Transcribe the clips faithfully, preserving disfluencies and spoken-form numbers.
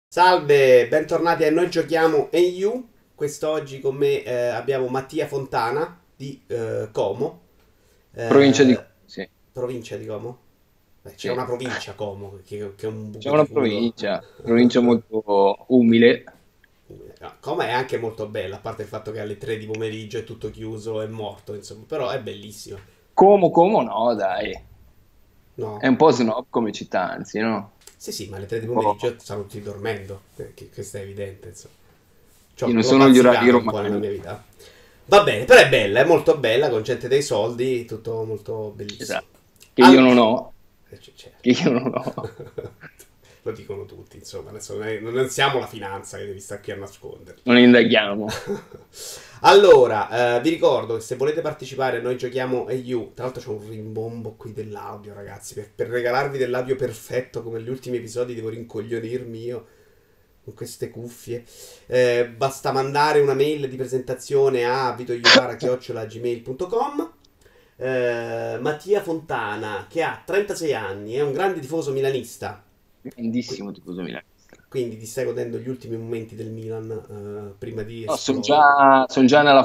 Salve, bentornati a Noi Giochiamo e You. Quest'oggi con me eh, abbiamo Mattia Fontana di eh, Como, Provincia di eh, sì, provincia di Como. Beh, c'è sì. una provincia Como che, che è un C'è buco di una culo. provincia, provincia molto umile. No, Como è anche molto bella, a parte il fatto che alle tre di pomeriggio è tutto chiuso e morto, insomma, però è bellissima. Como, como no, dai. È No? un po' snob come città, anzi, no? Sì, sì, ma alle tre di Un pomeriggio po'. stanno tutti dormendo, eh, che- questo è evidente, insomma. Sì, Cioè, non l'ho sono gli orari bazzicato un po' nella romani. mia vita. Va bene, però è bella, è molto bella, con gente dei soldi, tutto molto bellissimo. Esatto. Che io non Allora, ho. eh, c- certo. Che io non ho. Lo dicono tutti, insomma, adesso non, è- non siamo la finanza che devi stare qui a nascondere. Non indaghiamo. Allora, eh, vi ricordo che se volete partecipare a Noi Giochiamo e You, tra l'altro c'è un rimbombo qui dell'audio, ragazzi, per, per regalarvi dell'audio perfetto come negli ultimi episodi devo rincoglionirmi io con queste cuffie. Eh, basta mandare una mail di presentazione a vitoiuvara chiocciola gmail punto com. Eh, Mattia Fontana, che ha trentasei anni, è un grande tifoso milanista. Qui- Grandissimo tifoso milanista. quindi ti stai godendo gli ultimi momenti del Milan eh, prima di No, sono esplodere. già, son già nella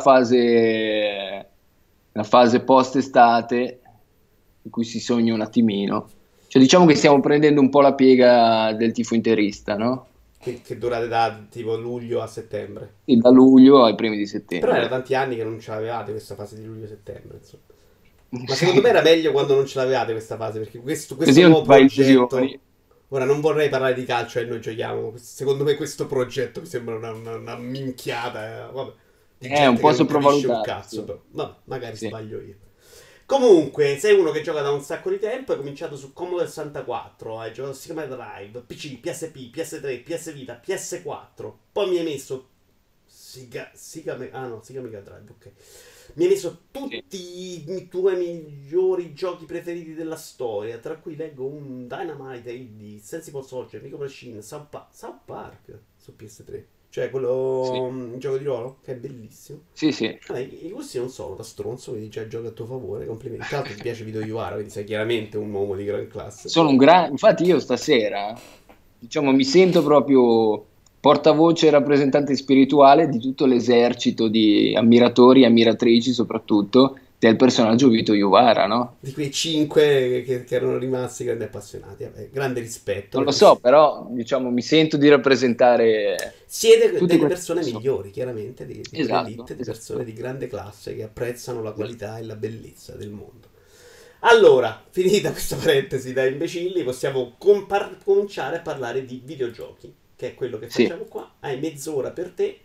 fase, nella fase post-estate, in cui si sogna un attimino. Cioè, diciamo che stiamo prendendo un po' la piega del tifo interista, no? Che, che dura da tipo luglio a settembre. Sì, da luglio ai primi di Però era settembre. tanti anni che non ce l'avevate questa fase di luglio-settembre, insomma. Ma secondo me Sì. era meglio quando non ce l'avevate questa fase, perché questo, questo Così non nuovo ti fai illusioni. progetto. Ora non vorrei parlare di calcio e noi giochiamo. Secondo me questo progetto mi sembra una, una- una minchiata. eh, Vabbè, di È un gente po' che non capisce un sopravvalutato, cazzo. sì. Però. Vabbè, magari Sì. sbaglio io. Comunque, sei uno che gioca da un sacco di tempo. Hai cominciato su Commodore sessantaquattro. Hai giocato a Sega Mega Drive, P C, P S P, P S tre, P S Vita, P S quattro. Poi mi hai messo Sega, Sega Me- ah no, Sega Mega Drive, ok. Mi hai messo Sì. tutti i tuoi migliori giochi preferiti della storia, tra cui leggo un Dynamite A D, Sensible Soldier, Micro Machine, South, Pa- South Park su P S tre. Cioè Sì. quello, mm, il gioco di ruolo, che è bellissimo. Sì, sì. Vabbè, i i gusti non sono da stronzo, quindi già giochi a tuo favore, complimenti. Tra l'altro ti piace Vito Iuvara, quindi sei chiaramente un uomo di gran classe. Sono un gran... Infatti io stasera, diciamo, mi sento proprio portavoce e rappresentante spirituale di tutto l'esercito di ammiratori e ammiratrici, soprattutto, del personaggio Vito Juvara, no? Di quei cinque che, che erano rimasti grandi appassionati, vabbè, grande rispetto Non lo perché so, si- però, diciamo, mi sento di rappresentare siete tutte delle queste persone persone. migliori, chiaramente, di, di Esatto, quell'elite, di persone esatto, di grande classe che apprezzano la esatto. qualità e la bellezza del mondo. Allora, finita questa parentesi da imbecilli, possiamo compar- cominciare a parlare di videogiochi, che è quello che Sì. facciamo qua. Hai mezz'ora per te.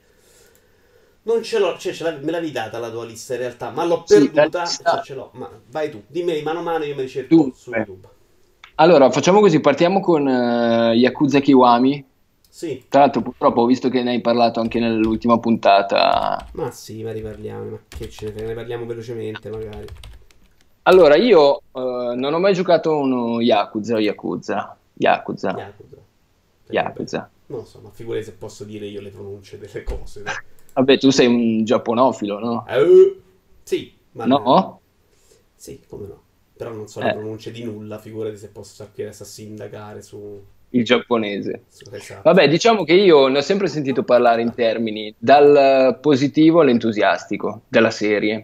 Non ce l'ho, cioè ce l'ave- me l'avevi data la tua lista in realtà, ma l'ho Sì, la perduta, cioè lista. ce l'ho. Ma vai tu, dimmi mano a mano, io me li cerco su Dunque, YouTube. allora facciamo così, partiamo con eh, Yakuza Kiwami. Sì, Tra l'altro, purtroppo ho visto che ne hai parlato anche nell'ultima puntata. ma sì, ma riparliamo, ma che ce ne frega, ne parliamo velocemente magari. Allora, io eh, non ho mai giocato uno Yakuza o Yakuza. Yakuza. Yakuza. Che vabbè, Yakuza. non so, ma figurati se posso dire io le pronunce delle cose, dai. Vabbè, tu sei un giapponofilo, no? Eh, sì, ma ne- No? sì, come no. Però non so le Eh, pronunce di nulla, figurati se posso sapere adesso a sindacare su, il giapponese. su esatto. Vabbè, diciamo che io ne ho sempre sentito parlare in termini dal positivo all'entusiastico della serie.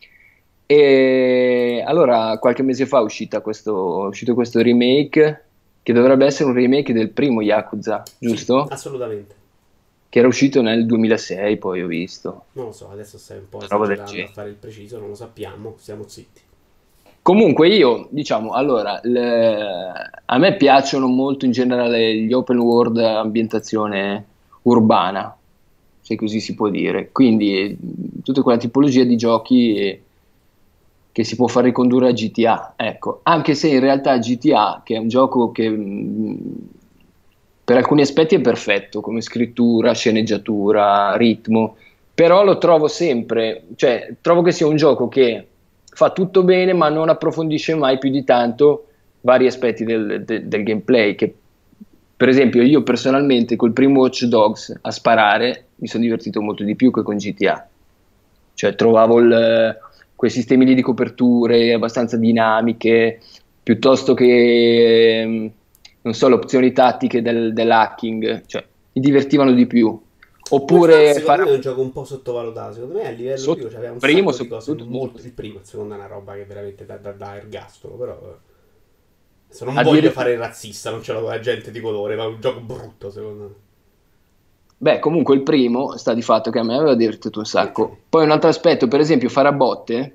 E allora, qualche mese fa è uscita questo, è uscito questo remake, che dovrebbe essere un remake del primo Yakuza, Sì, giusto? assolutamente. Che era uscito nel duemilasei, poi ho visto, Non lo so, adesso stai un po' una roba del esagerando a genere. fare il preciso, non lo sappiamo, stiamo zitti. Comunque io, diciamo, allora, le- a me piacciono molto in generale gli open world a ambientazione urbana, se così si può dire. Quindi mh, tutta quella tipologia di giochi che si può far ricondurre a G T A, ecco, anche se in realtà G T A, che è un gioco che mh, per alcuni aspetti è perfetto, come scrittura, sceneggiatura, ritmo, però lo trovo sempre, cioè trovo che sia un gioco che fa tutto bene, ma non approfondisce mai più di tanto vari aspetti del, de- del gameplay. Che, per esempio, io personalmente col primo Watch Dogs a sparare mi sono divertito molto di più che con G T A. Cioè, trovavo il- quei sistemi lì di coperture abbastanza dinamiche, piuttosto che, ehm, non so, le opzioni tattiche del, dell'hacking. Cioè, mi divertivano di più. Come Far Oppure secondo fare me è un gioco un po' sottovalutato, secondo me a livello sotto video c'aveva un primo, sacco di cose soprattutto molto. molto... Il primo, il secondo è una roba che veramente da, da, da ergastolo, però... eh, adesso non voglio Addirittura, fare il razzista, non ce l'ho con la gente di colore, ma è un gioco brutto secondo me. beh, comunque il primo sta di fatto che a me aveva divertito un Anche a sacco. me. Poi un altro aspetto, per esempio, fare a botte,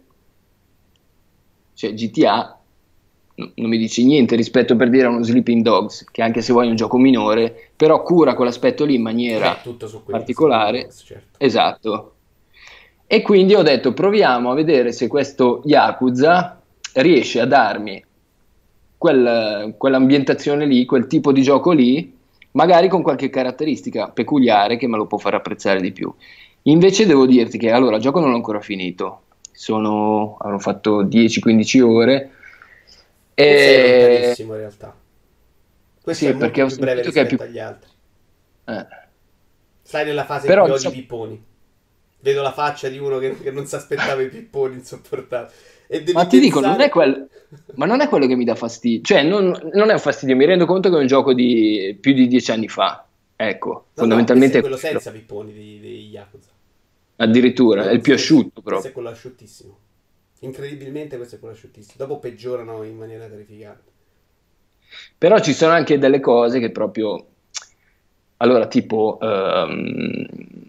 cioè G T A, n- non mi dice niente rispetto per dire a uno Sleeping Dogs, che anche se vuoi è un gioco minore, però cura quell'aspetto lì in Beh, maniera tutto su quello, Sleeping particolare. Dogs, certo. Esatto. E quindi ho detto, proviamo a vedere se questo Yakuza riesce a darmi quel- quell'ambientazione lì, quel tipo di gioco lì, magari con qualche caratteristica peculiare che me lo può far apprezzare di più. Invece devo dirti che allora il gioco non l'ho ancora finito, sono, avrò fatto dieci quindici ore Non sei e lontanissimo in realtà. Questo è sì, perché molto ho più breve sentito che è più... rispetto agli altri. eh. Stai nella fase in Però cui odi i diciamo, pipponi. Vedo la faccia di uno che, che non si aspettava i pipponi insopportabili. E devi ma ti dico, non è pensare... quel... ma non è quello che mi dà fastidio, cioè non, non è un fastidio, mi rendo conto che è un gioco di più di dieci anni fa, ecco, No, no, questo è fondamentalmente è quello quello, senza pipponi di, di Yakuza. addirittura, è No, il più scherzo. asciutto Questo proprio. è quello asciuttissimo. Incredibilmente questo è quello asciuttissimo. Dopo peggiorano in maniera terrificante. Però ci sono anche delle cose che proprio, allora tipo, ehm,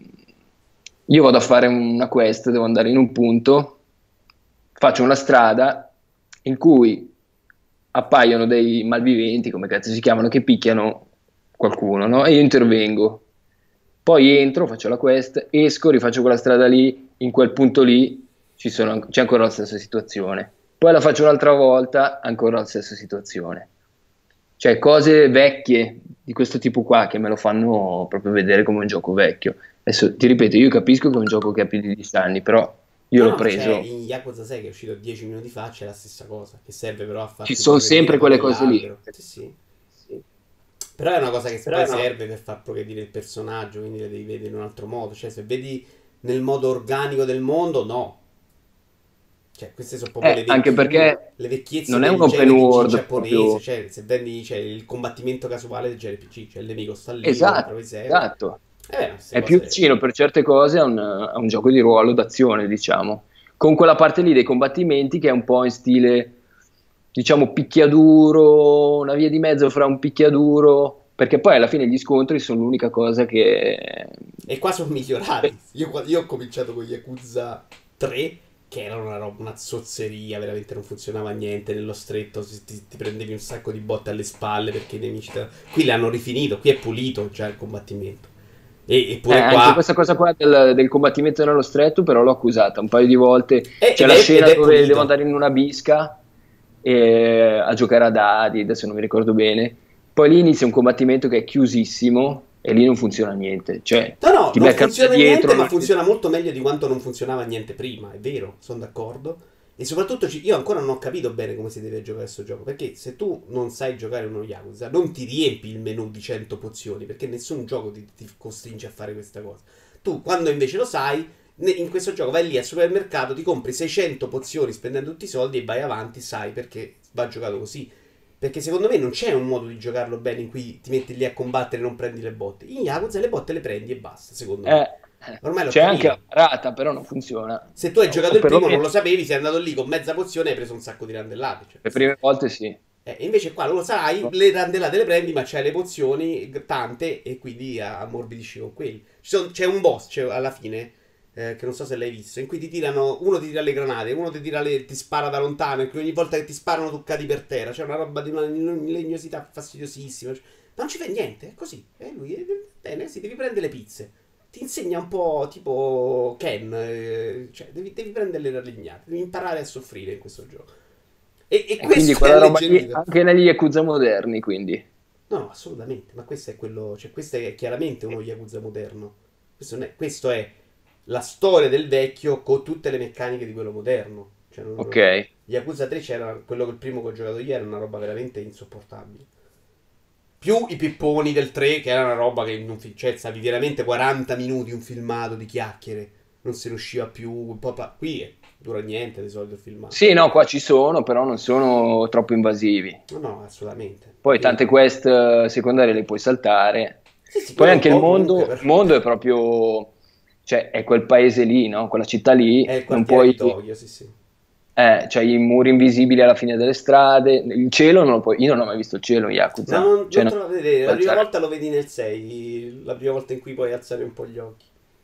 io vado a fare una quest, devo andare in un punto, faccio una strada in cui appaiono dei malviventi, come cazzo si chiamano, che picchiano qualcuno, no? E io intervengo. Poi entro, faccio la quest, esco, rifaccio quella strada lì, in quel punto lì ci sono- c'è ancora la stessa situazione. Poi la faccio un'altra volta, ancora la stessa situazione. Cioè, cose vecchie di questo tipo qua che me lo fanno proprio vedere come un gioco vecchio. Adesso ti ripeto, io capisco che è un gioco che ha più di dieci anni, però io No, l'ho no, ma c'è preso. in Yakuza sei che è uscito dieci minuti fa, c'è la stessa cosa. Che serve però a Ci farti sono progredire sempre poi quelle cose lì. nell'albero. Sì, sì. Però è una cosa che poi serve per far progredire il personaggio, quindi le devi vedere in un altro modo. Cioè, se vedi nel modo organico del mondo, no. Cioè, queste sono proprio le Eh, anche vecchiure, perché le vecchiezze non è un del open J R P G world giapponese. proprio. Cioè, se vedi c'è il combattimento casuale del J R P G, cioè il nemico sta lì, lo Esatto, ritrovi sempre. esatto. Eh beh, queste È più cose. vicino per certe cose a un, a un gioco di ruolo d'azione, diciamo. Con quella parte lì dei combattimenti che è un po' in stile, diciamo, picchiaduro, una via di mezzo fra un picchiaduro, perché poi alla fine gli scontri sono l'unica cosa che... E qua sono migliorati. Io, qua- io ho cominciato con Yakuza tre, che era una roba, una zozzeria, veramente non funzionava niente. Nello stretto si- ti, ti prendevi un sacco di botte alle spalle perché i nemici. te- Qui l'hanno rifinito, qui è pulito già il combattimento. E, Eh, eppure anche qua. questa cosa qua del, del combattimento nello stretto, però l'ho accusata un paio di volte. eh, C'è ed, la è, ed scena è dove devo pulito. andare in una bisca e- a giocare a dadi, adesso non mi ricordo bene. Poi lì inizia un combattimento che è chiusissimo e lì non funziona niente. Cioè, No, no, ti non beccano da funziona niente, dietro. ma Non... funziona molto meglio di quanto non funzionava niente prima, è vero, sono d'accordo. E soprattutto ci- io ancora non ho capito bene come si deve giocare questo gioco, perché se tu non sai giocare uno Yakuza, non ti riempi il menu di cento pozioni, perché nessun gioco ti, ti costringe a fare questa cosa. Tu, quando invece lo sai, ne- in questo gioco vai lì al supermercato, ti compri seicento pozioni spendendo tutti i soldi e vai avanti, sai perché va giocato così. Perché secondo me non c'è un modo di giocarlo bene in cui ti metti lì a combattere e non prendi le botte. In Yakuza le botte le prendi e basta, secondo me. Eh, eh, Ormai l'ho c'è anche la capito. parata, però non funziona. Se tu hai O, giocato o il primo, non perlomeno lo sapevi, sei andato lì con mezza pozione e hai preso un sacco di randellate. Cioè, le sì. prime volte sì. Eh, invece qua lo sai, le randellate le prendi, ma c'hai le pozioni g- tante e quindi a- ammorbidisci con quelli. Ci sono- c'è un boss c'è alla fine, eh, che non so se l'hai visto, in cui ti tirano, uno ti tira le granate, uno ti, tira le, ti spara da lontano, e ogni volta che ti sparano tu cadi per terra. C'è una roba di una legnosità fastidiosissima. Cioè, non ci fai niente, è così. E lui, eh, bene, si devi prendere le pizze. Ti insegna un po' tipo Ken, eh, cioè devi, devi prendere le legnate, devi imparare a soffrire in questo gioco. E, e E quindi questo è quella roba lì alleggerito. anche negli Yakuza moderni, quindi. No, no, assolutamente, ma questo è quello, cioè questo è chiaramente uno Yakuza moderno. Questo, non è, questo è la storia del vecchio con tutte le meccaniche di quello moderno. Cioè, Ok. non- Yakuza tre c'era, quello che il primo che ho giocato ieri era una roba veramente insopportabile. Più i pipponi del tre, che era una roba che non fi- cioè, stavi veramente quaranta minuti un filmato di chiacchiere, non se ne usciva più. Un po' pa- Qui eh, dura niente di solito il filmato. Sì, no, qua ci sono, però non sono troppo invasivi. No, no, assolutamente. Poi tante Quindi, quest eh, secondarie le puoi saltare. Sì, sì, Poi quello un anche il po' comunque, mondo, però. il mondo è proprio, cioè è quel paese lì, no? Quella città È lì, il non quartiere puoi, di Tokyo, sì, sì. eh, c'hai i muri invisibili alla fine delle strade, il cielo non lo puoi, io non ho mai visto il cielo in No, Yakuza, non, cioè non non te lo vedere. La puoi prima alzare. volta lo vedi nel sei, la prima volta in cui puoi alzare un po' gli occhi.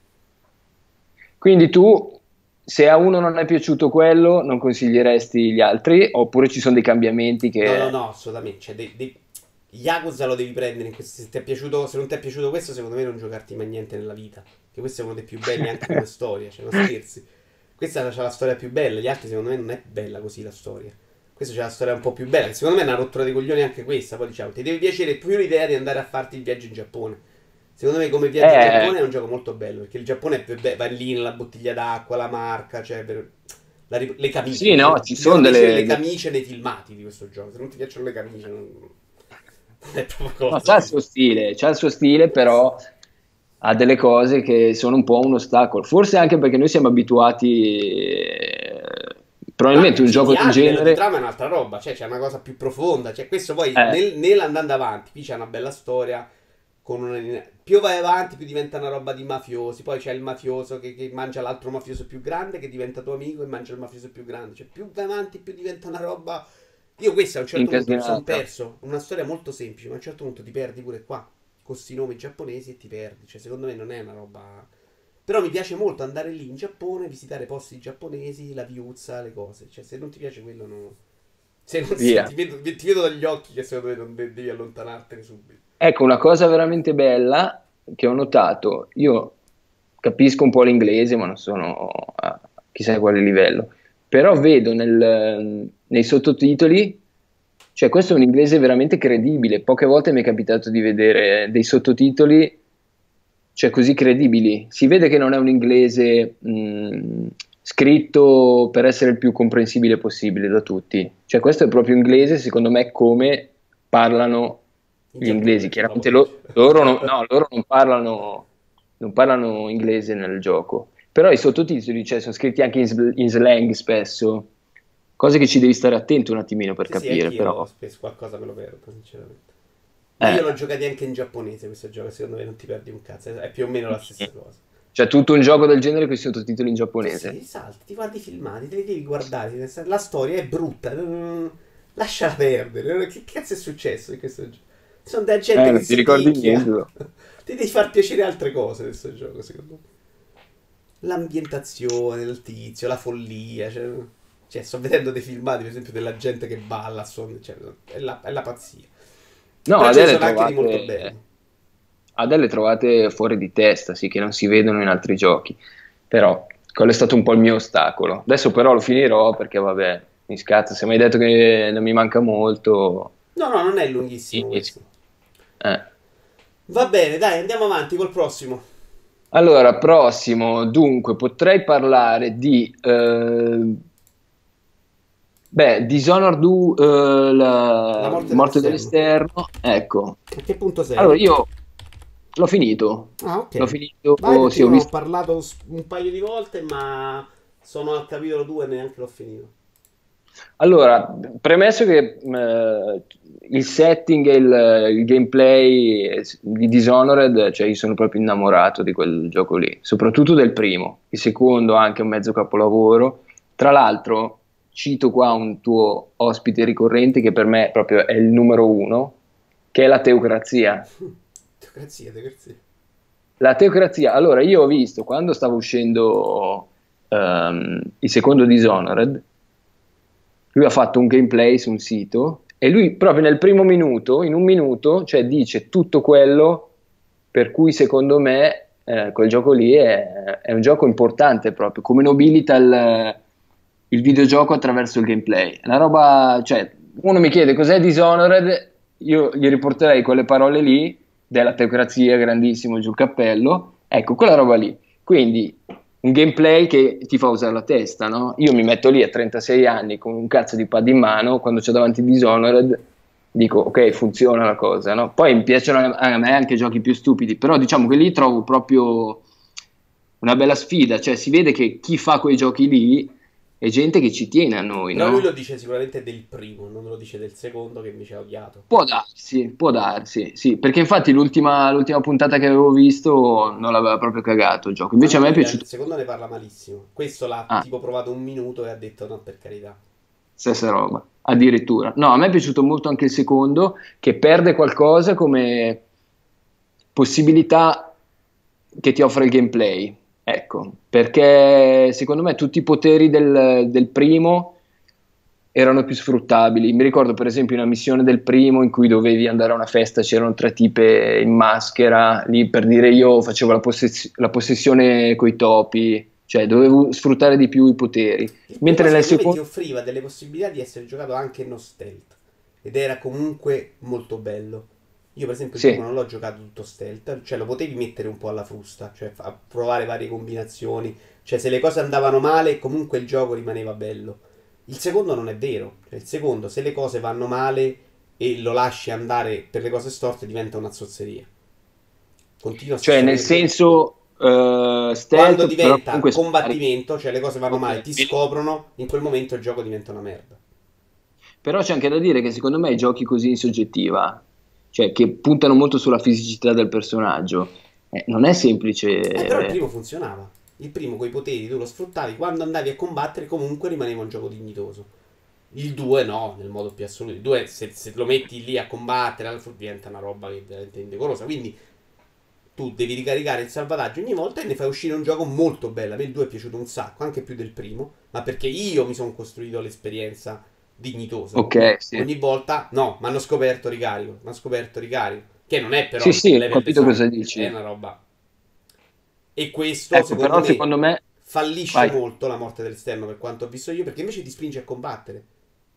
Quindi tu, se a uno non è piaciuto quello, non consiglieresti gli altri, oppure ci sono dei cambiamenti No, no, che... no, assolutamente. Cioè, dei, dei- Yakuza lo devi prendere in questo. Se ti è piaciuto, se non ti è piaciuto questo, secondo me non giocarti mai niente nella vita. Che questo è uno dei più belli anche come storia, cioè, non scherzi. Questa c'ha la storia più bella, gli altri secondo me non è bella così la storia. Questa c'è la storia un po' più bella. Secondo me è una rottura di coglioni anche questa. Poi diciamo, ti deve piacere più l'idea di andare a farti il viaggio in Giappone. Secondo me come viaggio in Eh, Giappone è un gioco molto bello, perché il Giappone è più bello, vai lì nella bottiglia d'acqua, la marca, cioè per- la ri- le camicie. sì, Ti, no, devono ci ti devono sono piacere le delle... de- camicie nei filmati di questo gioco. Se non ti piacciono le camicie, non, non è proprio no, cosa. c'ha il suo stile, c'ha il suo stile, però ha delle cose che sono un po' un ostacolo. Forse anche perché noi siamo abituati, eh, Ma probabilmente il un gioco del G T A a a livello di genere... trama è un'altra roba, cioè c'è una cosa più profonda. Cioè, questo poi Eh, nel, nell'andando avanti, qui c'è una bella storia. Con una linea- Più vai avanti, più diventa una roba di mafiosi. Poi c'è il mafioso che, che mangia l'altro mafioso più grande, che diventa tuo amico e mangia il mafioso più grande. Cioè, più vai avanti, più diventa una roba. Io, questa a un certo punto mi sono incasinata. perso. Una storia molto semplice, ma a un certo punto ti perdi pure qua. Con questi nomi giapponesi e ti perdi. Cioè, secondo me non è una roba. Però mi piace molto andare lì in Giappone, visitare posti giapponesi, la viuzza, le cose. Cioè, se non ti piace quello, no. Se non se Via. ti vedo, ti vedo dagli occhi che secondo me non de- devi allontanartene subito. Ecco, una cosa veramente bella che ho notato, io capisco un po' l'inglese, ma non sono a chissà quale livello, però vedo nel- nei sottotitoli, cioè questo è un inglese veramente credibile. Poche volte mi è capitato di vedere dei sottotitoli, cioè così credibili. Si vede che non è un inglese mh, scritto per essere il più comprensibile possibile da tutti. Cioè questo è proprio inglese, secondo me, come parlano In gli inglesi. Giappone, proprio Chiaramente dice. lo- loro, non, no, loro non parlano, non parlano inglese nel gioco, però i sottotitoli, cioè, sono scritti anche in, sl- in slang spesso, cose che ci devi stare attento un attimino per Sì, sì, capire, anch'io però. spesso qualcosa me lo perdo, sinceramente. Ma io Eh, l'ho giocato anche in giapponese questo gioco, secondo me non ti perdi un cazzo, è più o meno la stessa cosa. c'è tutto un gioco del genere con i sottotitoli in Sì, giapponese. sì, salti, ti guardi i filmati, te li devi guardare, la storia è brutta, non- lasciala perdere, che cazzo è successo in questo gioco? Sono da gente Eh, che non ti si ricordi picchia, niente. ti devi far piacere altre cose in questo gioco, secondo me. L'ambientazione, il tizio, la follia, cioè, cioè, sto vedendo dei filmati, per esempio, della gente che balla a suon- cioè, è la, è la pazzia. No, Però ha ce ne delle sono anche di molto trovate, belli. ha delle trovate fuori di testa, sì, che non si vedono in altri giochi. Però quello è stato un po' il mio ostacolo. Adesso però lo finirò perché, vabbè, mi scazza. Se mi hai detto che non mi manca molto, No, no, non è lunghissimo inizio. questo. Eh. Va bene, dai, andiamo avanti col prossimo. Allora, prossimo, dunque, potrei parlare di, eh, beh, Dishonored due, eh, La la morte morte dell'esterno. dell'esterno, ecco. A che punto Allora, sei? io l'ho finito, Ah, l'ho ok. Vai finito, perché sì, io ho ne ho visto. parlato s- un paio di volte, ma sono al capitolo due e neanche l'ho finito. Allora, premesso che eh, il setting e il, il gameplay di Dishonored, cioè io sono proprio innamorato di quel gioco lì, soprattutto del primo, il secondo anche un mezzo capolavoro. Tra l'altro, cito qua un tuo ospite ricorrente che per me proprio è il numero uno, che è la teocrazia. Teocrazia, teocrazia. La teocrazia, allora io ho visto quando stava uscendo ehm, il secondo Dishonored, lui ha fatto un gameplay su un sito e lui proprio nel primo minuto, in un minuto, cioè dice tutto quello per cui secondo me eh, quel gioco lì è, è un gioco importante proprio, come nobilita il, il videogioco attraverso il gameplay. Una roba, cioè, uno mi chiede cos'è Dishonored, io gli riporterei quelle parole lì, della teocrazia, grandissimo, giù il cappello, ecco, quella roba lì. Quindi un gameplay che ti fa usare la testa, no? Io mi metto lì a trentasei anni con un cazzo di pad in mano, quando c'ho davanti Dishonored, dico ok, funziona la cosa, no? Poi mi piacciono a me anche giochi più stupidi, però diciamo che lì trovo proprio una bella sfida, cioè si vede che chi fa quei giochi lì è gente che ci tiene a noi, Però lui lo no? dice sicuramente del primo, non lo dice del secondo che invece ha odiato. Può darsi, può darsi, sì, perché infatti l'ultima l'ultima puntata che avevo visto non l'aveva proprio cagato il gioco, No, invece no, a me è lui del piaciuto. secondo ne parla malissimo. Questo l'ha Ah, tipo provato un minuto e ha detto no, per carità. stessa roba, addirittura. No, a me è piaciuto molto anche il secondo, che perde qualcosa come possibilità che ti offre il gameplay. Ecco, perché secondo me tutti i poteri del, del primo erano più sfruttabili. Mi ricordo per esempio una missione del primo in cui dovevi andare a una festa, c'erano tre tipe in maschera, lì per dire io facevo la, possess- la possessione coi topi, cioè dovevo sfruttare di più i poteri. Il primo Mentre nel secondo me ti secondo... offriva delle possibilità di essere giocato anche no stealth. Ed era comunque molto bello. Io per esempio il primo Sì, non l'ho giocato tutto stealth, cioè lo potevi mettere un po' alla frusta, cioè a provare varie combinazioni. Cioè se le cose andavano male comunque il gioco rimaneva bello. Il secondo non è vero. Cioè, il secondo se le cose vanno male e lo lasci andare per le cose storte diventa una zozzeria. Continua a cioè nel sostenere. senso eh, Quando stealth, però diventa comunque spari. combattimento, cioè le cose vanno male, Ok. ti scoprono, in quel momento il gioco diventa una merda. Però c'è anche da dire che secondo me i giochi così in soggettiva, cioè che puntano molto sulla fisicità del personaggio, eh, non è semplice. Eh, però il eh, primo funzionava. Il primo coi poteri tu lo sfruttavi, quando andavi a combattere comunque rimaneva un gioco dignitoso. Il due no, nel modo più assoluto. Il due se, se lo metti lì a combattere, alla fine diventa una roba che è veramente indecorosa. Quindi tu devi ricaricare il salvataggio ogni volta e ne fai uscire un gioco molto bello. A me il due è piaciuto un sacco, anche più del primo, ma perché io mi sono costruito l'esperienza dignitosa. Ok, sì. Ogni volta, no, mi hanno scoperto ricarico, mi hanno scoperto ricarico, che non è Sì, però sì, ho level capito cosa design, è dici. una roba. E questo, Ecco, secondo però me, secondo me... fallisce Vai. molto la morte dell'esterno per quanto ho visto io, perché invece ti spinge a combattere.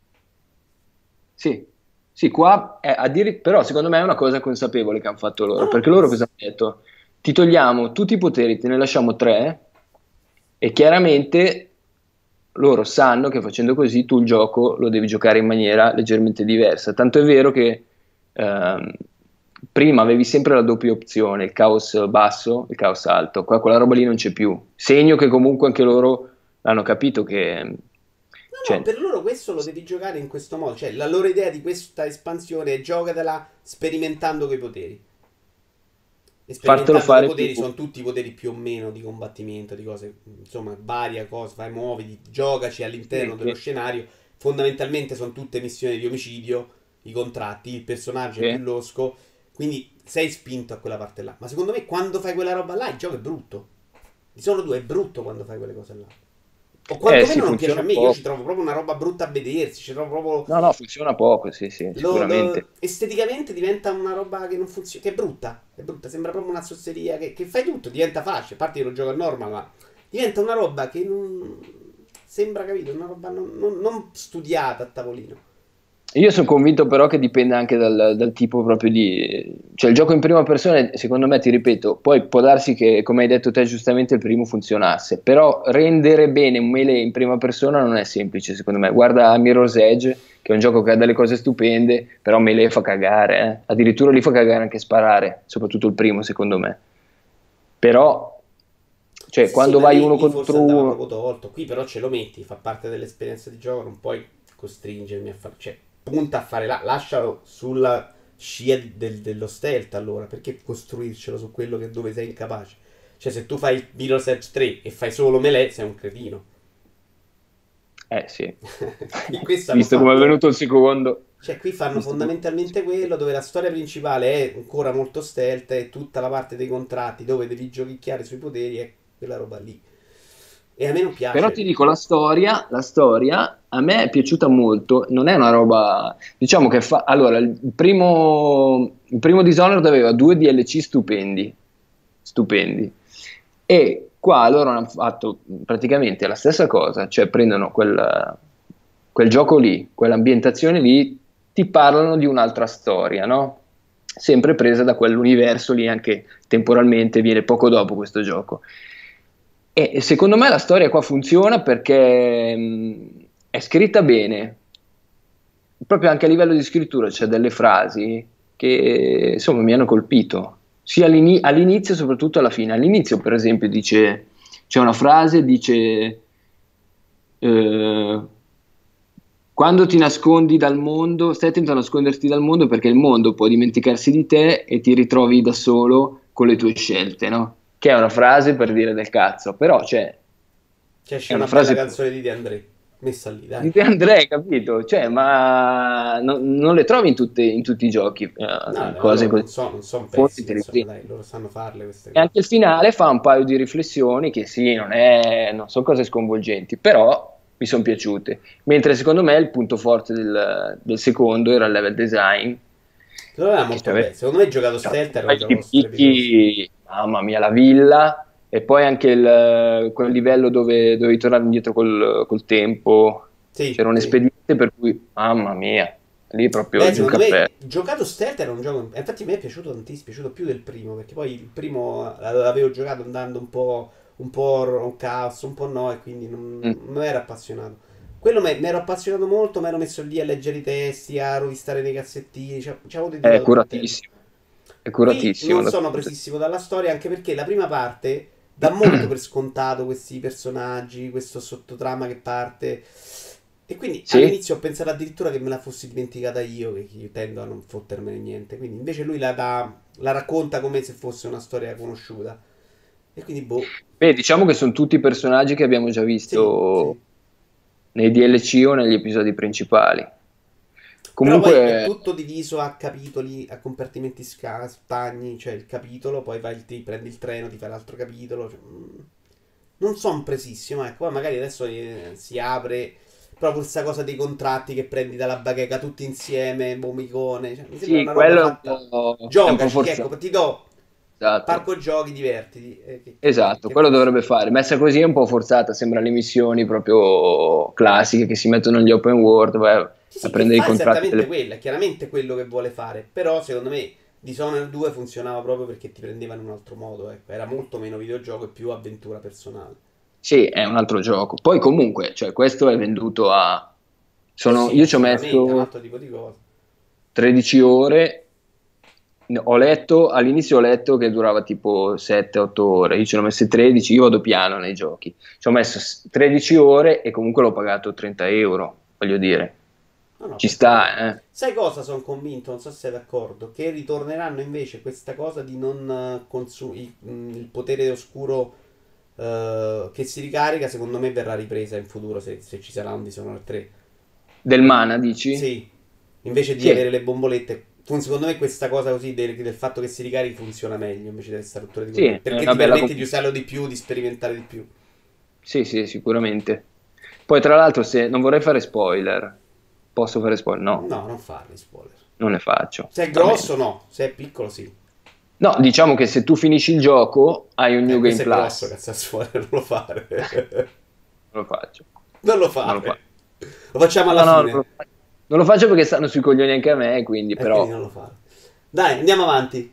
Sì, sì, qua è addiri- però secondo me è una cosa consapevole che hanno fatto No, loro, no, perché loro cosa hanno detto? Ti togliamo tutti i poteri, te ne lasciamo tre e chiaramente loro sanno che facendo così tu il gioco lo devi giocare in maniera leggermente diversa. Tanto è vero che ehm, prima avevi sempre la doppia opzione, il caos basso e il caos alto, qua quella roba lì non c'è più. Segno che comunque anche loro hanno capito che... no, no, Cioè, per loro questo lo devi giocare in questo modo. Cioè, la loro idea di questa espansione è giocatela sperimentando coi poteri. E fartelo sperimentando coi fare più... poteri sono tutti poteri più o meno di combattimento, di cose, insomma, varia cosa, vai, muoviti, giocaci all'interno Sì, dello che- scenario. Fondamentalmente sono tutte missioni di omicidio, i contratti, il personaggio è più che- losco, quindi sei spinto a quella parte là. Ma secondo me quando fai quella roba là il gioco è brutto. Di solo due è brutto quando fai quelle cose là. O Eh quantomeno sì, non piace a funziona me, io ci poco. trovo proprio una roba brutta a vedersi, ci trovo proprio... No, no, funziona poco, sì, sì, lo- lo- sicuramente. esteticamente diventa una roba che non funziona, che è brutta, è brutta, sembra proprio una zozzeria, che, che fai tutto, diventa facile, a parte che lo gioco a normal, ma diventa una roba che non... sembra, capito, una roba non, non- non studiata a tavolino. Io sono convinto però che dipende anche dal, dal tipo proprio di... Cioè il gioco in prima persona, secondo me, ti ripeto, poi può darsi che, come hai detto te giustamente, il primo funzionasse, però rendere bene un melee in prima persona non è semplice, secondo me. Guarda Mirror's Edge, che è un gioco che ha delle cose stupende, però melee fa cagare, eh. Addirittura li fa cagare anche sparare, soprattutto il primo, secondo me. Però, cioè, Sì, sì, quando ma vai lì, uno lì forse contro andava uno... proprio tolto. Qui però ce lo metti, fa parte dell'esperienza di gioco, non puoi costringermi a fare... Cioè, punta a fare là, lascialo sulla scia di- del- dello stealth allora, perché costruircelo su quello che, dove sei incapace? Cioè, se tu fai Mirror's Edge tre e fai solo melee, sei un cretino. Eh sì, Qui questo hanno visto come è fatto... venuto il secondo... Cioè, qui fanno Visto come... fondamentalmente quello dove la storia principale è ancora molto stealth e tutta la parte dei contratti dove devi giochicchiare sui poteri è quella roba lì. E a me non Però ti piace. dico, la storia, la storia a me è piaciuta molto, non è una roba, diciamo che fa, allora, il primo, il primo Dishonored aveva due D L C stupendi, stupendi, e qua loro hanno fatto praticamente la stessa cosa, cioè prendono quel, quel gioco lì, quell'ambientazione lì, ti parlano di un'altra storia, no? Sempre presa da quell'universo lì, anche temporalmente, viene poco dopo questo gioco. E secondo me la storia qua funziona perché mh, è scritta bene, proprio anche a livello di scrittura c'è delle frasi che insomma mi hanno colpito, sia all'ini- all'inizio soprattutto alla fine. All'inizio, per esempio, dice, c'è una frase, dice eh, quando ti nascondi dal mondo, stai attento a nasconderti dal mondo perché il mondo può dimenticarsi di te e ti ritrovi da solo con le tue scelte, no? Che è una frase per dire del cazzo, però cioè, Cioè, c'è è una una bella frase canzone di De André, messa lì, dai. di De André, capito? Cioè, ma no- non le trovi in, tutte- in tutti i giochi, No, eh, ma cose loro così non, so, non sono molto pessimi, insomma, intelligenti. dai, loro sanno farle queste E cose. anche il finale fa un paio di riflessioni che sì, non è, non sono cose sconvolgenti, però mi sono piaciute. Mentre secondo me il punto forte del, del secondo era il level design, Secondo me era che molto c'aveva bello. Secondo me il giocato c'aveva stealth un era un paio gioco di strepitoso. picchi, mamma mia, la villa, e poi anche il, quel livello dove dovevi tornare indietro col, col tempo. Sì, C'era un sì. espediente per cui, mamma mia, lì proprio Beh, giù in secondo me, cappello. giocato stealth era un gioco. Infatti, a me è piaciuto tantissimo, è piaciuto più del primo. Perché poi il primo l'avevo giocato andando un po', un po' un caos, un po' no, e quindi non, Mm, non ero appassionato. Quello mi ero appassionato molto, mi ero messo lì a leggere i testi, a rovistare nei cassettini. Ci avevo È dedicato del tempo. curatissimo, è Qui curatissimo. non da- sono presissimo dalla storia, anche perché la prima parte dà molto per scontato questi personaggi, questo sottotrama che parte. E quindi Sì? all'inizio ho pensato addirittura che me la fossi dimenticata io, che io tendo a non fottermene niente. Quindi invece lui la, dà- la racconta come se fosse una storia conosciuta. E quindi, boh, Beh, diciamo che sono tutti personaggi che abbiamo già sì, visto sì. nei D L C o negli episodi principali. Però poi è Comunque, tutto diviso a capitoli, a compartimenti sca- stagni, cioè il capitolo, poi vai, ti prendi il treno, ti fai l'altro capitolo. Cioè, mm, non sono presissimo, ecco, poi magari adesso eh, si apre proprio questa cosa dei contratti che prendi dalla bacheca tutti insieme, bomicone, cioè, mi sembra sì, una roba quello è un fatta. po', è un po' Giocaci, forzato. ecco, ti do Esatto, parco giochi, divertiti, eh, che, che- che- esatto, che quello funziona. dovrebbe fare. Messa così è un po' forzata, sembra le missioni proprio classiche che si mettono negli open world, vai Sì, a sì, che prendere i fa contratti esattamente delle... quello, è chiaramente quello che vuole fare, però secondo me Dishonored due funzionava proprio perché ti prendeva in un altro modo, ecco, era molto meno videogioco e più avventura personale. Sì, è un altro gioco. Poi comunque, cioè, questo è venduto a... Sì, Sono... sì, Io ci ho assolutamente, è un messo altro tipo di cosa. tredici ore. Ho letto, all'inizio ho letto che durava tipo sette otto ore, io ce ne ho messe tredici, io vado piano nei giochi, ci ho messo s- tredici ore e comunque l'ho pagato trenta euro, voglio dire, No, no, ci per carità. sta, eh? Sai cosa sono convinto? Non so se sei d'accordo. Che ritorneranno invece questa cosa di non consumare il potere oscuro eh, che si ricarica. Secondo me verrà ripresa in futuro se, se ci sarà un Dishonored tre. Del E- mana, dici? sì, invece di Sì, avere le bombolette. fun- Secondo me questa cosa così del, del fatto che si ricarichi funziona meglio invece di questa rottura di sì, coglioni. è Perché una ti bella permette di conquista, usarlo di più, di sperimentare di più. sì, sì, sicuramente. Poi tra l'altro, se non vorrei fare spoiler, posso fare spoiler? No, No, non farli spoiler. non ne faccio, Se è va bene. grosso, no. Se è piccolo, sì. No, diciamo che se tu finisci il gioco hai un Eh, New Game questo è grosso, Plus, cazzo, fuori, non lo fare. non lo faccio, Non lo non lo faccio. fare. Lo facciamo No, alla no, non lo fine. faccio. Non lo faccio perché stanno sui coglioni anche a me, quindi E quindi però. non lo fare. Dai, andiamo avanti.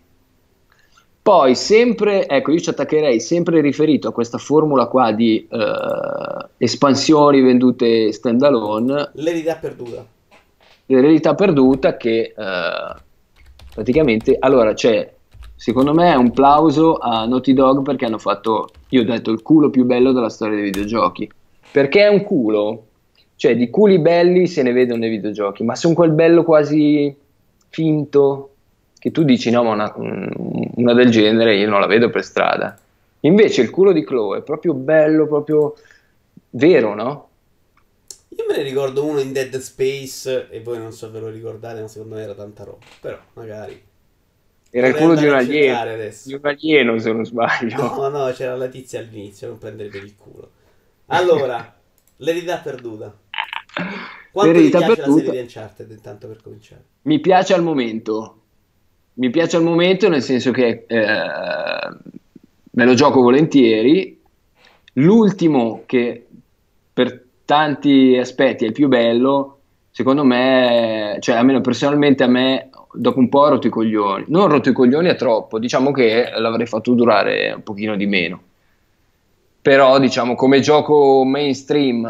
Poi sempre, ecco, io ci attaccherei sempre riferito a questa formula qua di eh, espansioni vendute standalone, L'eredità perduta. di realtà perduta che eh, praticamente, allora c'è, secondo me è un plauso a Naughty Dog perché hanno fatto, io ho detto, il culo più bello della storia dei videogiochi. Perché è un culo? Cioè, di culi belli se ne vedono nei videogiochi, ma sono quel bello quasi finto che tu dici no, ma una, una del genere io non la vedo per strada. Invece il culo di Chloe è proprio bello, proprio vero, no? Io me ne ricordo uno in Dead Space e voi non so se ve lo ricordate, ma secondo me era tanta roba. Però, magari. Era il Dovrei culo di andare un a alieno, cercare di adesso. un alieno se non sbaglio. No, no, c'era la tizia all'inizio, non prendere per il culo. Allora, l'eredità perduta. Quanto ti L'eredità piace la serie perduta di Uncharted, intanto per cominciare? mi piace al momento, mi piace al momento nel senso che eh, me lo gioco volentieri. L'ultimo che per tanti aspetti è il più bello, secondo me, cioè almeno personalmente a me, dopo un po' ho rotto i coglioni. Non ho rotto i coglioni è troppo, diciamo che l'avrei fatto durare un pochino di meno. Però diciamo come gioco mainstream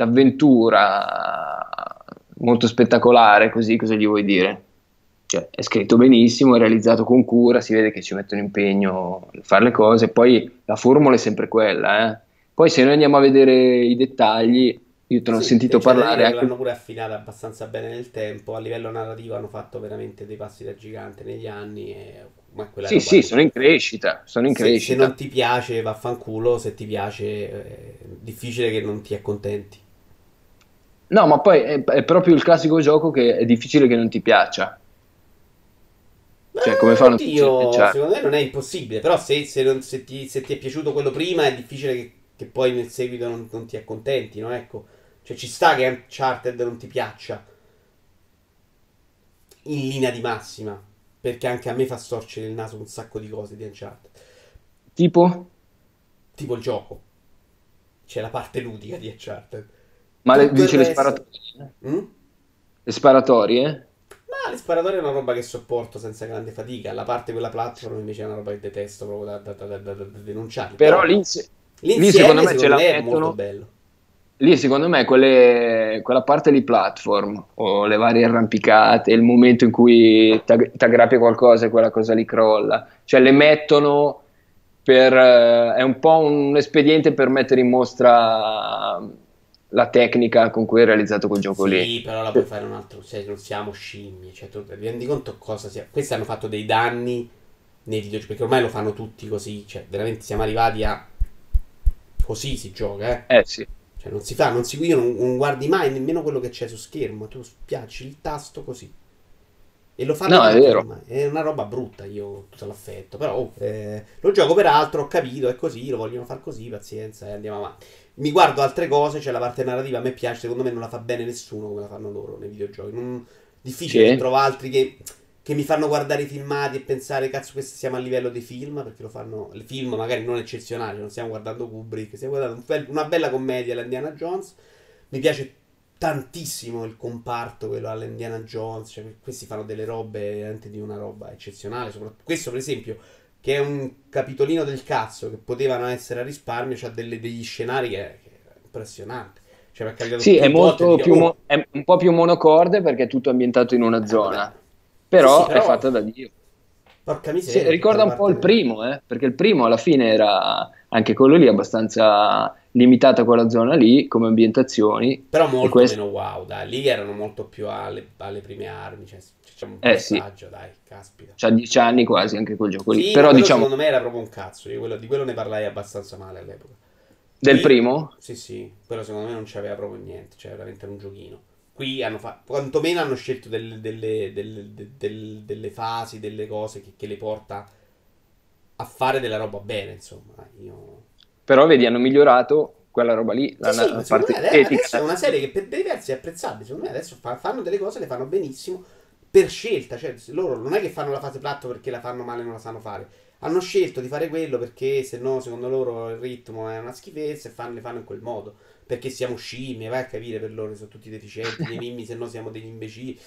d'avventura molto spettacolare, così cosa gli vuoi dire? Cioè, è scritto benissimo, è realizzato con cura, si vede che ci mettono impegno a fare le cose, poi la formula è sempre quella, eh. Poi se noi andiamo a vedere i dettagli, Io te ne ho Sì, e sentito c'è da parlare dire che anche. l'hanno pure affinata abbastanza bene nel tempo. A livello narrativo hanno fatto veramente dei passi da gigante negli anni, e... ma quella Sì, roba sì, lì. sono in crescita, sono in Se, se non crescita. ti piace, vaffanculo, se ti piace, è difficile che non ti accontenti. No, ma poi è, è proprio il classico gioco che è difficile che non ti piaccia. Ma Cioè, come fanno a farci oddio, piacere? secondo me non è impossibile, però se, se non- se ti, se ti è piaciuto quello prima è difficile che, che poi nel seguito non, non ti accontenti, no? Ecco, cioè ci sta che Uncharted non ti piaccia in linea di massima, perché anche a me fa storcere il naso un sacco di cose di Uncharted, Tipo? tipo il gioco, c'è la parte ludica di Uncharted, Ma le, tutto il dice le resto... sparatorie? Mm? Le sparatorie? Ma le sparatorie è una roba che sopporto senza grande fatica. La parte quella platform invece è una roba che detesto proprio da, da, da, da, da- da denunciarli. Però Però lì, se- lì secondo l'insieme me ce secondo la me è molto mettono. bello. Lì secondo me quelle- quella parte di platform o le varie arrampicate, il momento in cui ti aggrappi a qualcosa e quella cosa lì crolla, cioè le mettono per, eh, è un po' un espediente per mettere in mostra la tecnica con cui è realizzato quel gioco lì. Sì, però la puoi fare un altro. Cioè, non siamo scimmie. Cioè, tu ti rendi conto cosa sia. Questi hanno fatto dei danni nei videogiochi. Perché ormai lo fanno tutti così. Cioè, veramente siamo arrivati a. Così si gioca, eh. Eh sì, Cioè, non si fa, non si, io non, non guardi mai nemmeno quello che c'è su schermo. Tu spiacci il tasto così. E lo fanno no, è tutti vero. ormai. È una roba brutta, io ho tutto l'affetto. Però oh, eh, lo gioco per altro, ho capito, è così, lo vogliono far così, pazienza, e andiamo avanti. Mi guardo altre cose, cioè la parte narrativa a me piace, secondo me non la fa bene nessuno come la fanno loro nei videogiochi. Non- difficile che Sì, trovo altri che, che mi fanno guardare i filmati e pensare, cazzo, questi siamo a livello dei film, perché lo fanno, il film magari non eccezionali, non stiamo guardando Kubrick, stiamo guardando un bel- una bella commedia, l'Indiana Jones. Mi piace tantissimo il comparto, quello all'Indiana Jones, cioè questi fanno delle robe veramente di una roba eccezionale, soprattutto questo per esempio, che è un capitolino del cazzo, che potevano essere a risparmio, c'ha delle- degli scenari che, che è impressionante, cioè mi è capitato sì, è più volte di molto dire, più, oh, mo- è un po' più monocorde perché è tutto ambientato in una eh, vabbè, zona, sì sì, però è però, fatta da Dio. porca Sì, miseria, tutta la ricorda un po' parte il del... primo, eh, perché il primo alla fine era anche quello lì abbastanza limitato a quella zona lì come ambientazioni Però e molto questo, meno wow, dai, lì erano molto più alle, alle prime armi, cioè c'è un eh sì, passaggio, dai, caspita. c'ha dieci anni quasi anche quel gioco lì, Sì, ma però quello diciamo secondo me era proprio un cazzo. Io quello- di quello ne parlai abbastanza male all'epoca. del Qui, primo, sì, sì, quello secondo me non c'aveva proprio niente. Cioè, veramente era un giochino. Qui hanno fatto, quantomeno hanno scelto delle, delle- delle- de- del- delle fasi, delle cose che, che le porta a fare della roba bene, insomma. Dai, io... però vedi hanno migliorato quella roba lì, Sì, la, sì, la ma secondo parte me ade- estetica. adesso è una serie che per dei versi è apprezzabile. Secondo me adesso fa- fanno delle cose, le fanno benissimo per scelta. Cioè, se loro non è che fanno la fase platto perché la fanno male e non la sanno fare. Hanno scelto di fare quello perché se no, secondo loro, il ritmo è una schifezza e fanno, le fanno in quel modo. Perché siamo scimmie, vai a capire per loro, sono tutti deficienti. Gli enigmi, se no, siamo degli imbecilli.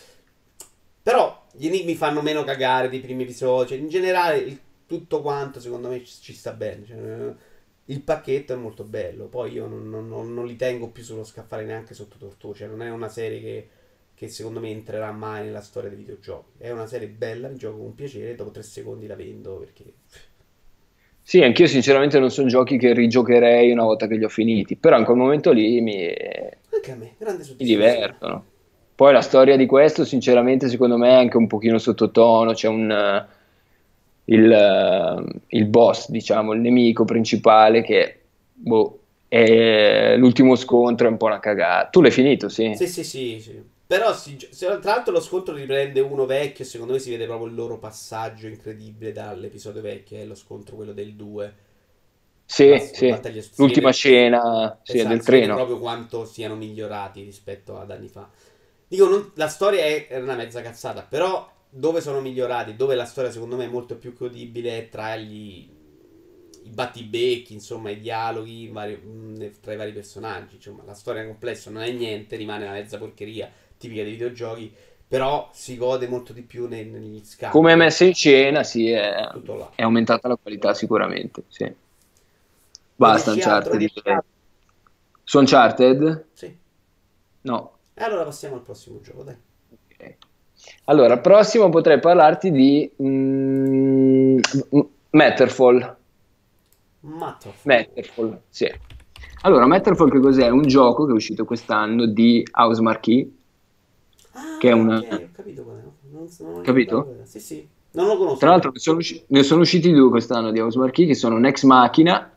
Però gli enigmi fanno meno cagare dei primi episodi. Cioè, in generale, il- tutto quanto secondo me ci, ci sta bene. Cioè, il pacchetto è molto bello. Poi io non, non- non- non li tengo più sullo scaffale neanche sotto tortura. Cioè, non è una serie che, che secondo me entrerà mai nella storia dei videogiochi. È una serie bella, mi gioco con piacere. Dopo tre secondi la vendo perché. Sì, anch'io sinceramente non sono giochi che rigiocherei una volta che li ho finiti, però in quel momento lì mi, Anche a me, grande mi soddisfazione. divertono. Poi la storia di questo, sinceramente, secondo me è anche un pochino sottotono, c'è un, eh, il, eh, il boss, diciamo, il nemico principale che, boh, è l'ultimo scontro è un po' una cagata. Tu l'hai finito, sì? Sì, sì, sì, sì. Però si gio- se- tra l'altro lo scontro riprende uno vecchio e secondo me si vede proprio il loro passaggio incredibile dall'episodio vecchio, è lo scontro quello del due. La, Sì, la sì. battaglia si L'ultima vede, scena, sì, è esatto, del si vede treno. proprio quanto siano migliorati rispetto ad anni fa. Dico, non- la storia è, è una mezza cazzata, però dove sono migliorati, dove la storia secondo me è molto più godibile è tra gli, i battibecchi, insomma, i dialoghi vari- mh, tra i vari personaggi. Insomma, la storia complessa non è niente, rimane una mezza porcheria tipica dei videogiochi, però si gode molto di più nei- negli Come è scambi, messa ecco, in scena, sì, è, tutto là. è aumentata la qualità sicuramente, sì. Vuoi Basta dirci Uncharted, altro? direi. Su Uncharted? Sì. No. E allora passiamo al prossimo gioco, dai. Ok. Allora, prossimo potrei parlarti di mm, Matterfall. Matterfall. Matterfall, sì. Allora, Matterfall che cos'è? È un gioco che è uscito quest'anno di House Marquee, che è Ah, una... ok, ho capito qual è. Non, non ricordavo capito? qual era. Sì, sì. Non lo Tra conosco però. l'altro ne sono, usci- ne sono usciti due quest'anno di House Marquee, che sono Nex Machina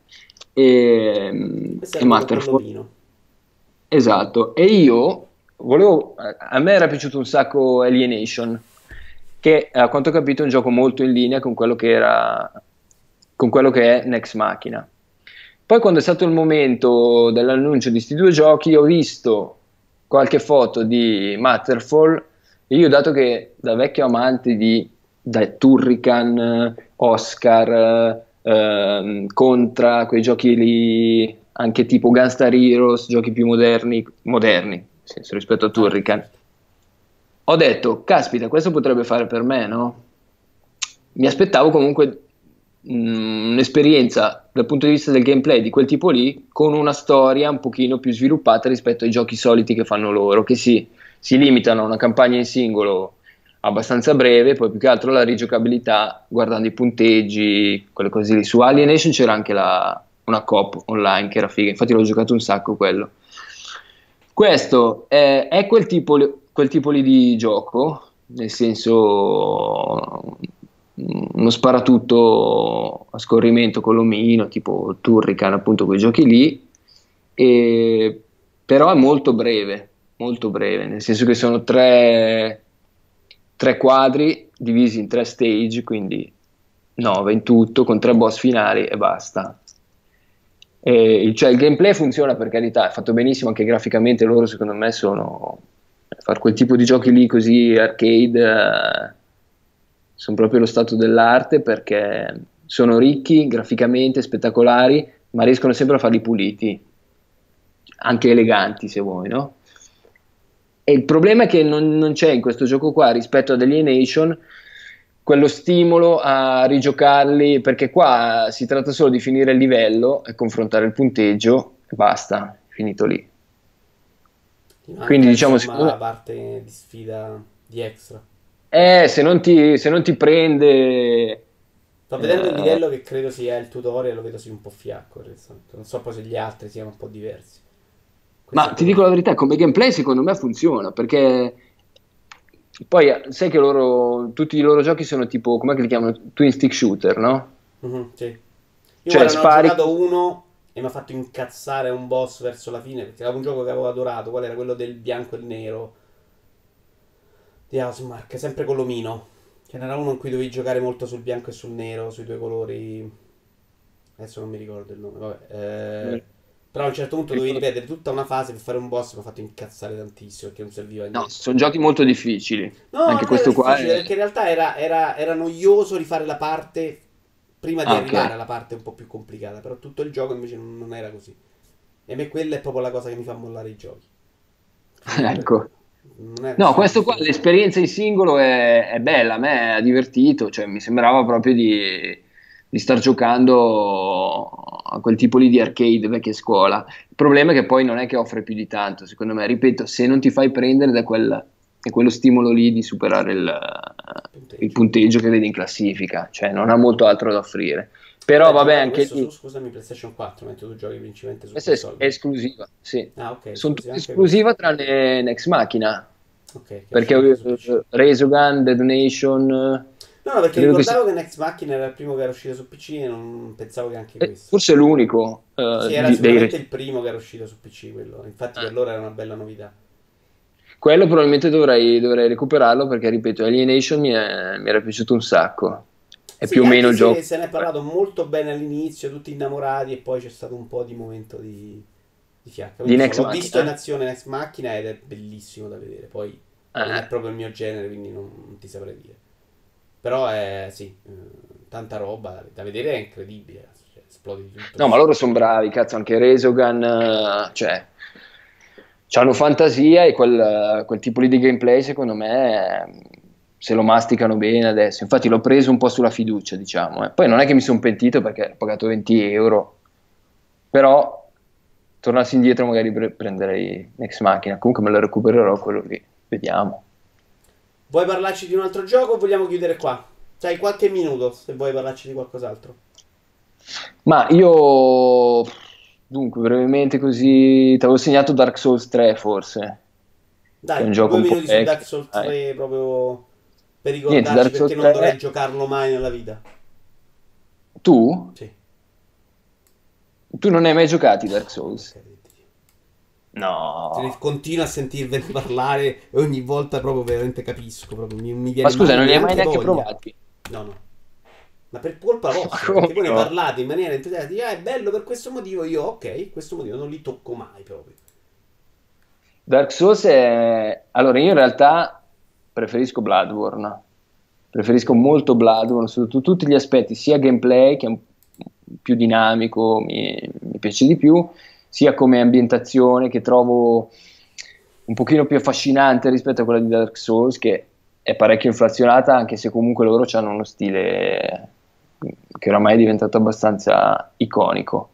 e, Questo e era quello con Matterfall. l'omino. Esatto, e io volevo, a me era piaciuto un sacco Alienation, che a quanto ho capito è un gioco molto in linea con quello che era, con quello che è Nex Machina. Poi quando è stato il momento dell'annuncio di questi due giochi, ho visto qualche foto di Matterfall e io, dato che da vecchio amante di da Turrican, Oscar, ehm, Contra, quei giochi lì, anche tipo Gunstar Heroes, giochi più moderni, moderni, nel senso, rispetto a Ah, Turrican. certo. Ho detto, caspita, questo potrebbe fare per me, no? Mi aspettavo comunque mh, un'esperienza dal punto di vista del gameplay di quel tipo lì, con una storia un pochino più sviluppata rispetto ai giochi soliti che fanno loro, che si, si limitano a una campagna in singolo abbastanza breve, poi più che altro la rigiocabilità, guardando i punteggi, quelle cose lì. Su Alienation c'era anche la- una coop online che era figa, infatti l'ho giocato un sacco quello. Questo è, è quel tipo, li- quel tipo lì di gioco, nel senso mm, uno sparatutto a scorrimento con l'omino, tipo Turrican, appunto quei giochi lì, e- però è molto breve, molto breve, nel senso che sono tre, tre quadri divisi in tre stage, quindi nove in tutto, con tre boss finali e basta. E, cioè il gameplay funziona, per carità, è fatto benissimo anche graficamente, loro secondo me sono fare quel tipo di giochi lì così arcade, eh, sono proprio lo stato dell'arte perché sono ricchi graficamente, spettacolari, ma riescono sempre a farli puliti, anche eleganti se vuoi, no? E il problema è che non, non c'è in questo gioco qua, rispetto ad Alienation, quello stimolo a rigiocarli, perché qua si tratta solo di finire il livello e confrontare il punteggio e basta, finito lì. Ti Quindi manca diciamo, insomma secondo la me, parte di sfida di extra. eh, se non ti, se non ti prende... Sto vedendo il eh, livello che credo sia il tutorial, lo vedo sì un po' fiacco in realtà. Non so poi se gli altri siano un po' diversi. Questo è ma ti quello dico la che... verità, come gameplay secondo me funziona, perché poi eh, sai che loro, tutti i loro giochi sono tipo, com'è che li chiamano? Twin stick shooter, no? Mhm, sì. Io Cioè guarda, ne ho spari... giocato uno e mi ha fatto incazzare un boss verso la fine perché era un gioco che avevo adorato. Qual era quello del bianco e il nero di Housemarque, sempre con l'omino. Ce n'era uno in cui dovevi giocare molto sul bianco e sul nero, sui due colori. Adesso non mi ricordo il nome, vabbè. Eh, però a un certo punto dovevi ripetere tutta una fase per fare un boss. Mi ha fatto incazzare tantissimo perché non serviva a No, niente. sono giochi molto difficili. No, Anche non era questo qua difficile è... perché in realtà era, era- era noioso rifare la parte prima di Ah, ok. arrivare alla parte un po' più complicata. Però tutto il gioco invece non, non era così. E a me quella è proprio la cosa che mi fa mollare i giochi. Finire per Ecco. quello. Non è No, nessuna questo qua, difficoltà. l'esperienza in singolo è, è bella, a me ha divertito, cioè mi sembrava proprio di, di star giocando a quel tipo lì di arcade vecchia scuola. Il problema è che poi non è che offre più di tanto, secondo me, ripeto, se non ti fai prendere da, quel, da quello stimolo lì di superare il, il Punteggio. punteggio che vedi in classifica, cioè non ha molto altro da offrire. Però Vabbè, vabbè, giocato anche questo su, lì, scusami, PlayStation quattro, mentre tu giochi principalmente su questa è, è console. esclusiva, sì. Ah, ok, Sono esclusiva tutte anche questo. esclusiva tranne Nex Machina, Ok, che è perché uscito anche su P C. eh, Resogun, Dead Nation, eh, No, no, perché credo che sia, ricordavo che Next Machina era il primo che era uscito su P C e non pensavo che anche eh, questo. forse è l'unico Sì, eh, era di- dei sicuramente Res- il primo che era uscito su P C quello. Infatti per eh. loro era una bella novità. Quello probabilmente dovrei, dovrei recuperarlo perché, ripeto, Alienation mi, è- mi era piaciuto un sacco. È più Sì, o meno anche il se gioco. se ne è parlato molto bene all'inizio, tutti innamorati, e poi c'è stato un po' di momento di, di fiacca. Di Quindi so, Nex l'ho visto in Machina? azione Next Machina ed è bellissimo da vedere. Poi non è Eh. proprio il mio genere, quindi non, non ti saprei dire. Però è sì, eh, tanta roba da vedere, è incredibile. Cioè, esplode di tutto, No, ci ma sta. loro sono bravi, cazzo, anche Resogun, eh, cioè, hanno fantasia e quel, quel tipo lì di gameplay, secondo me, eh, se lo masticano bene adesso. Infatti l'ho preso un po' sulla fiducia, diciamo. eh. Poi non è che mi sono pentito perché ho pagato venti euro, però tornassi indietro magari pre- prenderei Next Machina. Comunque me lo recupererò quello lì, vediamo. Vuoi parlarci di un altro gioco o vogliamo chiudere qua? C'hai qualche minuto se vuoi parlarci di qualcos'altro. Ma io Dunque, brevemente così, ti avevo segnato Dark Souls tre forse, che è Dai, un gioco due un po' minuti su vecchio. Dark Souls Dai. tre proprio per Niente, ricordarci Dark Souls perché non dovrei tre, giocarlo mai nella vita. tu? Sì. Tu non hai mai giocato i Dark No, per Souls? carità di Dio. Se ne No. continuo a sentirvene parlare e ogni volta proprio veramente capisco, proprio mi, mi Ma viene scusa, male non li hai mai neanche neanche voglia. provati? No, no. Ma per colpa Ma vostra, come perché voi ne no? parlate in maniera entusiastica, ah, è bello per questo motivo, io ok, questo motivo non li tocco mai proprio. Dark Souls è... Allora, io in realtà preferisco Bloodborne. Preferisco molto Bloodborne sotto tutti gli aspetti, sia gameplay, che è un- più dinamico, mi, mi piace di più, sia come ambientazione, che trovo un pochino più affascinante rispetto a quella di Dark Souls, che è parecchio inflazionata, anche se comunque loro hanno uno stile che oramai è diventato abbastanza iconico.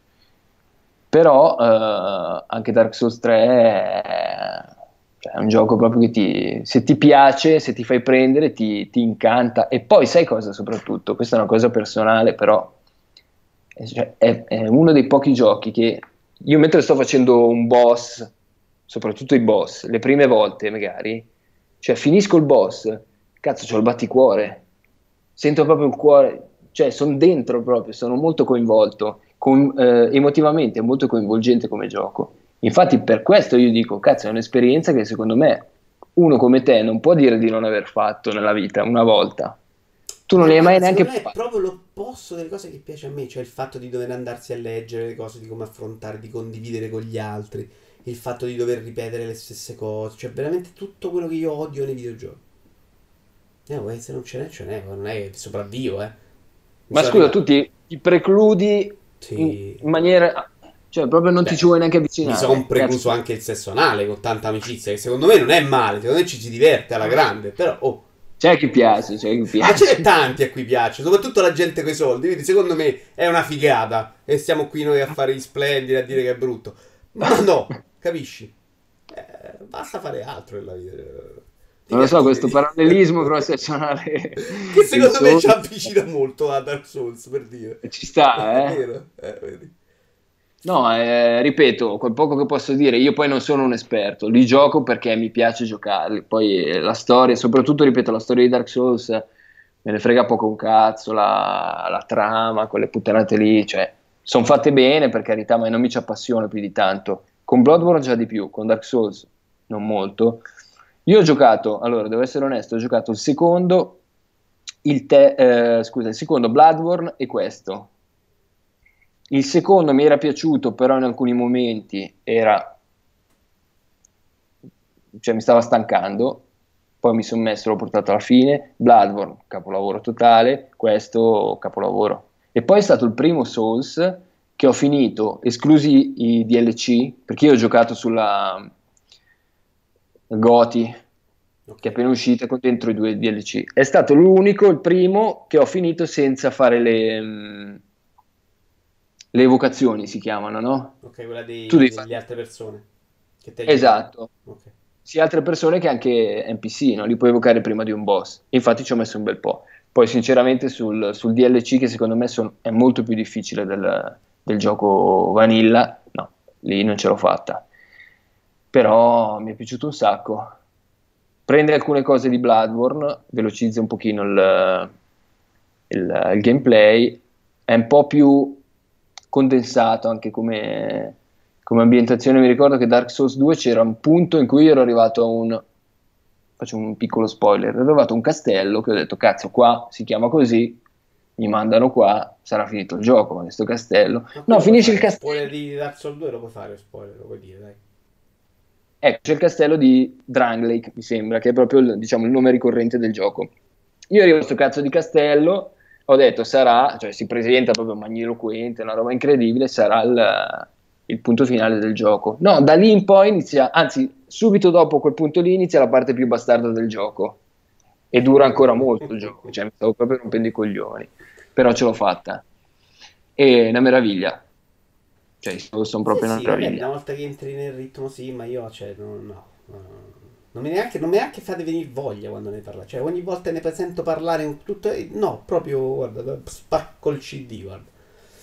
Però eh, anche Dark Souls tre è, cioè, è un gioco proprio che ti, se ti piace, se ti fai prendere, ti, ti incanta. E poi sai cosa soprattutto? Questa è una cosa personale, però è, cioè, è- è uno dei pochi giochi che io mentre sto facendo un boss, soprattutto i boss, le prime volte magari, cioè finisco il boss, cazzo, c'ho il batticuore, sento proprio il cuore, cioè sono dentro proprio, sono molto coinvolto, con- eh, emotivamente è molto coinvolgente come gioco. Infatti per questo io dico, cazzo, è un'esperienza che secondo me uno come te non può dire di non aver fatto nella vita una volta. Tu non Ma li hai mai guarda, neanche secondo me è provati. proprio l'opposto delle cose che piace a me, cioè il fatto di dover andarsi a leggere le cose, di come affrontare, di condividere con gli altri, il fatto di dover ripetere le stesse cose, cioè veramente tutto quello che io odio nei videogiochi. Eh, uè, se non ce n'è, ce n'è, non è che sopravvivo, eh. Mi Ma sono scusa, arrivato. tu ti, ti precludi in Sì. in maniera, cioè proprio non ti ci Beh, vuoi neanche mi sono avvicinare. Cazzo, precluso anche il sesso anale con tanta amicizia, che secondo me non è male, secondo me ci si diverte alla grande, però, oh. c'è chi piace, c'è chi Ma ce n'è piace. tanti a cui piace, soprattutto la gente con i soldi, quindi secondo me è una figata. E stiamo qui noi a fare gli splendidi, a dire che è brutto. Ma no, capisci? Eh, basta fare altro nella vita. Non lo so, questo Divertitevi. parallelismo però eccezionale Che il secondo me ci sole avvicina molto a Dark Souls, per dire. ci È sta, eh. vero? Eh, vedi. No, eh, ripeto, quel poco che posso dire, io poi non sono un esperto, li gioco perché mi piace giocarli, poi eh, la storia, soprattutto, ripeto, la storia di Dark Souls eh, me ne frega poco un cazzo, la, la trama, quelle puttanate lì, cioè, sono fatte bene per carità, ma non mi ci appassiona più di tanto. Con Bloodborne già di più, con Dark Souls non molto. Io ho giocato, allora, devo essere onesto, ho giocato il secondo, il, te- eh, scusa, il secondo Bloodborne e questo. Il secondo mi era piaciuto, però in alcuni momenti era, cioè mi stava stancando, poi mi sono messo, l'ho portato alla fine. Bloodborne, capolavoro totale, questo capolavoro. E poi è stato il primo Souls che ho finito, esclusi i D L C, perché io ho giocato sulla Goti, Ok. che è appena uscita con dentro i due D L C. È stato l'unico, il primo, che ho finito senza fare le, mm, le evocazioni, si chiamano, no? Ok, quella Tu dei- devi delle fare... altre persone che ti aiutano. Esatto, Ok. sia altre persone che anche N P C, non li puoi evocare prima di un boss. Infatti ci ho messo un bel po'. Poi sinceramente sul, sul D L C, che secondo me son- è molto più difficile del, del gioco Vanilla, no, lì non ce l'ho fatta. Però mi è piaciuto un sacco. Prende alcune cose di Bloodborne, velocizza un pochino il, il- il gameplay, è un po' più condensato anche come, come ambientazione. Mi ricordo che Dark Souls due c'era un punto in cui io ero arrivato a un, faccio un piccolo spoiler, ero arrivato a un castello che ho detto, cazzo, qua si chiama così, mi mandano qua, sarà finito il gioco con questo castello. Ma qui No, lo puoi finisce il fare, spoiler castello. di Dark Souls due lo puoi fare, spoiler, lo puoi dire, dai. Ecco, c'è il castello di Drangleic, mi sembra, che è proprio il, diciamo, il nome ricorrente del gioco. Io arrivo a questo cazzo di castello, ho detto sarà, cioè si presenta proprio magniloquente, una roba incredibile, sarà il, il punto finale del gioco. No, da lì in poi inizia, anzi, subito dopo quel punto lì inizia la parte più bastarda del gioco. E dura ancora molto il gioco, cioè mi stavo proprio rompendo i coglioni. Però ce l'ho fatta. E una meraviglia. Cioè, sono Sì, proprio una sì, vabbè, una meraviglia. volta che entri nel ritmo, sì, ma io, cioè, no, no, no. Non mi neanche, non mi neanche fate venire voglia quando ne parlate. Cioè, ogni volta ne sento parlare in tutto. No, proprio, guarda, spacco il C D, guarda.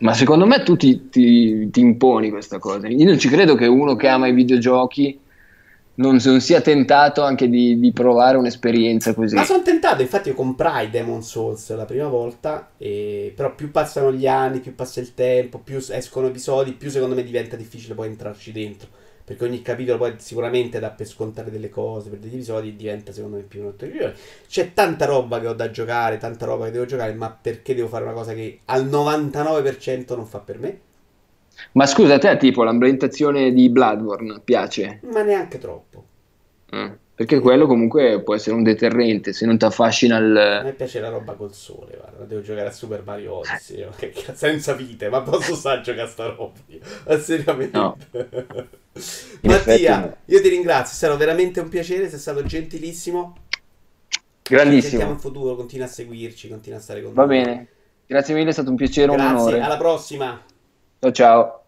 Ma secondo me tu ti, ti- ti imponi questa cosa. Io non ci credo che uno che ama i videogiochi non, non sia tentato anche di, di provare un'esperienza Ma così. sono tentato, infatti io comprai Demon Souls la prima volta, e... però più passano gli anni, più passa il tempo, più escono episodi, più secondo me diventa difficile poi entrarci dentro. Perché ogni capitolo poi sicuramente dà per scontare delle cose, per degli episodi, e diventa secondo me più un altro capitolo. C'è tanta roba che ho da giocare, tanta roba che devo giocare, ma perché devo fare una cosa che al novantanove per cento non fa per me? Ma scusa, a te tipo l'ambientazione di Bloodborne piace? Ma neanche troppo. Eh, Perché quello comunque può essere un deterrente, se non ti affascina A il... me piace la roba col sole, guarda. Devo giocare a Super Mario Odyssey. io, che cazzo, senza vite, ma posso stare a giocare a sta roba? io? Ma No, seriamente. in effetti Mattia, no. io ti ringrazio, è stato veramente un piacere, sei stato gentilissimo. Ci risentiamo in Grandissimo, futuro, continua a seguirci, continua a stare con va noi. bene. Grazie mille, è stato un piacere, un Grazie, onore. alla prossima. Ciao ciao.